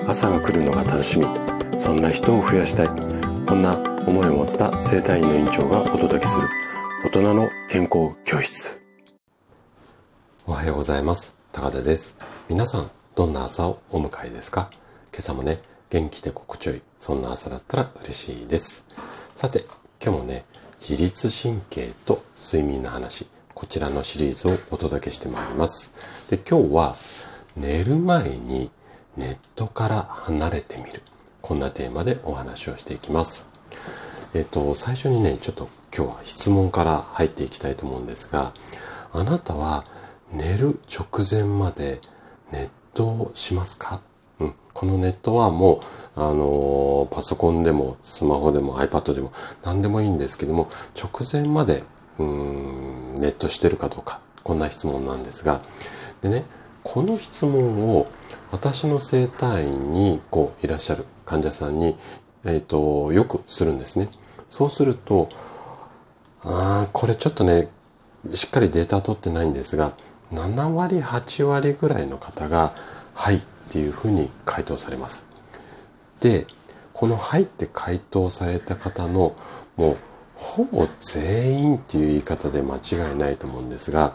朝が来るのが楽しみ、そんな人を増やしたい、こんな思いを持った整体院の院長がお届けする大人の健康教室。おはようございます。高田です。皆さんどんな朝をお迎えですか？今朝もね、元気で心地よい、そんな朝だったら嬉しいです。さて、今日もね、自律神経と睡眠の話、こちらのシリーズをお届けしてまいります。で、今日は寝る前にネットから離れてみる、こんなテーマでお話をしていきます。最初にね、ちょっと今日は質問から入っていきたいと思うんですが、あなたは寝る直前までネットをしますか？このネットはもう、パソコンでもスマホでも iPad でも何でもいいんですけども、直前までネットしてるかどうか、こんな質問なんですが、でね、この質問を私の整体院にいらっしゃる患者さんに、よくするんですね。そうすると、これちょっとね、しっかりデータ取ってないんですが、7割、8割ぐらいの方が、はいっていうふうに回答されます。で、このはいって回答された方の、もう、ほぼ全員っていう言い方で間違いないと思うんですが、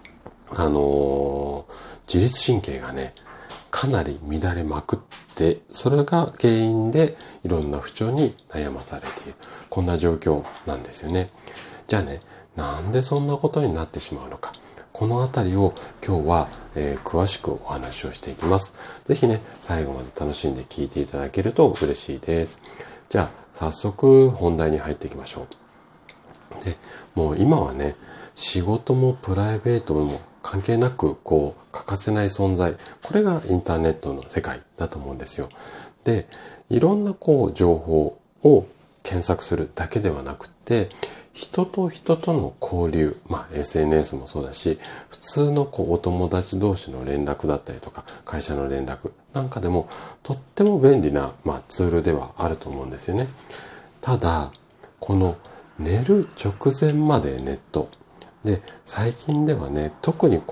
自律神経がね、かなり乱れまくって、それが原因でいろんな不調に悩まされている。こんな状況なんですよね。じゃあね、なんでそんなことになってしまうのか。このあたりを今日は、詳しくお話をしていきます。ぜひね、最後まで楽しんで聞いていただけると嬉しいです。じゃあ、早速本題に入っていきましょう。で、もう今はね、仕事もプライベートも関係なく欠かせない存在。これがインターネットの世界だと思うんですよ。で、いろんな情報を検索するだけではなくて、人と人との交流、SNS もそうだし、普通のお友達同士の連絡だったりとか、会社の連絡なんかでもとっても便利な、ツールではあると思うんですよね。ただ、この寝る直前までネットで、最近ではね、特に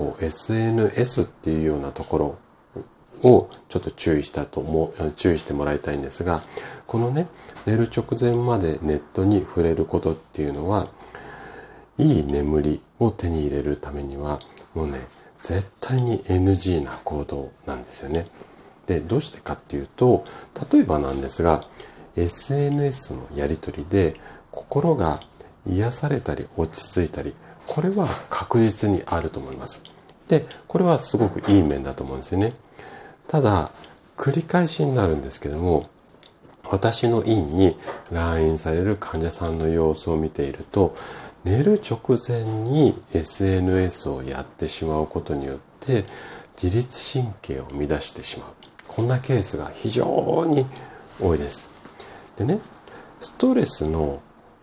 SNS っていうようなところをちょっと注意してもらいたいんですが、このね、寝る直前までネットに触れることっていうのは、いい眠りを手に入れるためには、もうね、絶対に NG な行動なんですよね。で、どうしてかっていうと、例えばなんですが、SNS のやり取りで心が癒されたり落ち着いたり、これは確実にあると思います。で、これはすごくいい面だと思うんですよね。ただ、繰り返しになるんですけども、私の院に来院される患者さんの様子を見ていると、寝る直前に SNS をやってしまうことによって自律神経を乱してしまう。こんなケースが非常に多いです。でね、ストレスの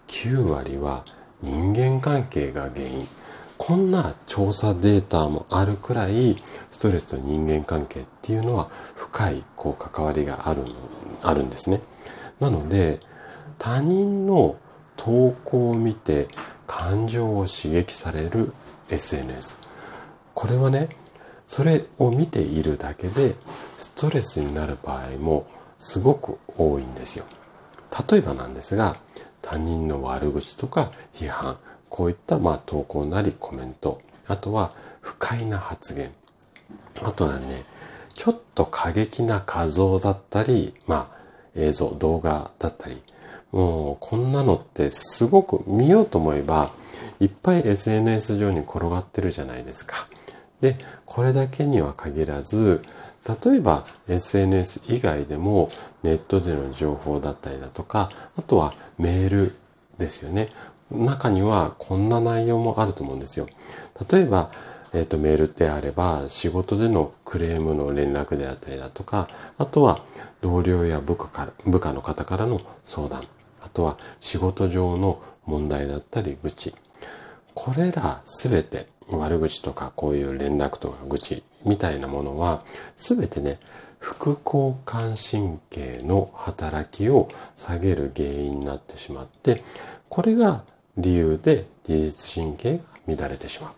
9割は人間関係が原因。こんな調査データもあるくらい、ストレスと人間関係っていうのは深い関わりがあるんですね。なので、他人の投稿を見て感情を刺激される SNS。これはね、それを見ているだけでストレスになる場合もすごく多いんですよ。例えばなんですが、他人の悪口とか批判、こういった投稿なりコメント、あとは不快な発言、あとはね、ちょっと過激な画像だったり、映像、動画だったり、もうこんなのってすごく見ようと思えばいっぱい SNS 上に転がってるじゃないですか。で、これだけには限らず、例えば SNS 以外でもネットでの情報だったりだとか、あとはメールですよね。中にはこんな内容もあると思うんですよ。例えば、メールであれば仕事でのクレームの連絡であったりだとか、あとは同僚や部下の方からの相談、あとは仕事上の問題だったり愚痴。これらすべて悪口とかこういう連絡とか愚痴みたいなものはすべてね、副交感神経の働きを下げる原因になってしまって、これが理由で自律神経が乱れてしまう。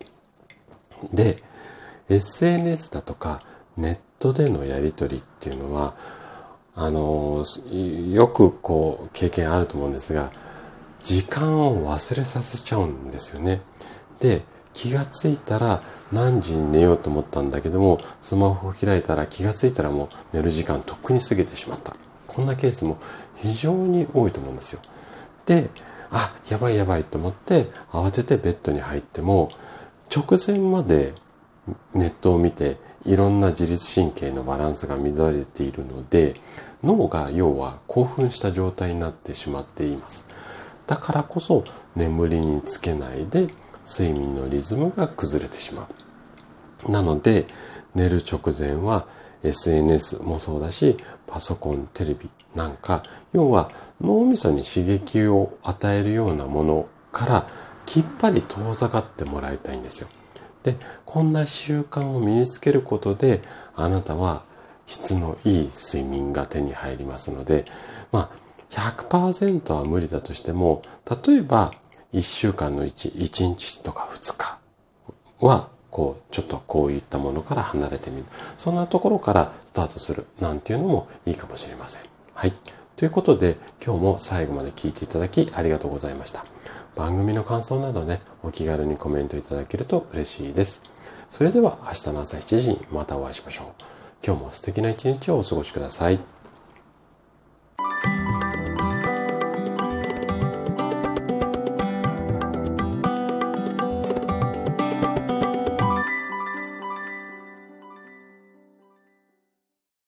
で、SNS だとかネットでのやり取りっていうのはよく経験あると思うんですが、時間を忘れさせちゃうんですよね。で、気がついたら何時に寝ようと思ったんだけども、スマホを開いたら気がついたらもう寝る時間とっくに過ぎてしまった。こんなケースも非常に多いと思うんですよ。で、やばいやばいと思って慌ててベッドに入っても、直前までネットを見ていろんな自律神経のバランスが乱れているので、脳が要は興奮した状態になってしまっています。だからこそ眠りにつけないで睡眠のリズムが崩れてしまう。なので寝る直前は SNS もそうだし、パソコン、テレビなんか、要は脳みそに刺激を与えるようなものからきっぱり遠ざかってもらいたいんですよ。で、こんな習慣を身につけることで、あなたは質のいい睡眠が手に入りますので、100% は無理だとしても、例えば1週間の1日とか2日は、ちょっとこういったものから離れてみる。そんなところからスタートするなんていうのもいいかもしれません。はい。ということで、今日も最後まで聞いていただきありがとうございました。番組の感想などね、お気軽にコメントいただけると嬉しいです。それでは明日の朝7時にまたお会いしましょう。今日も素敵な一日をお過ごしください。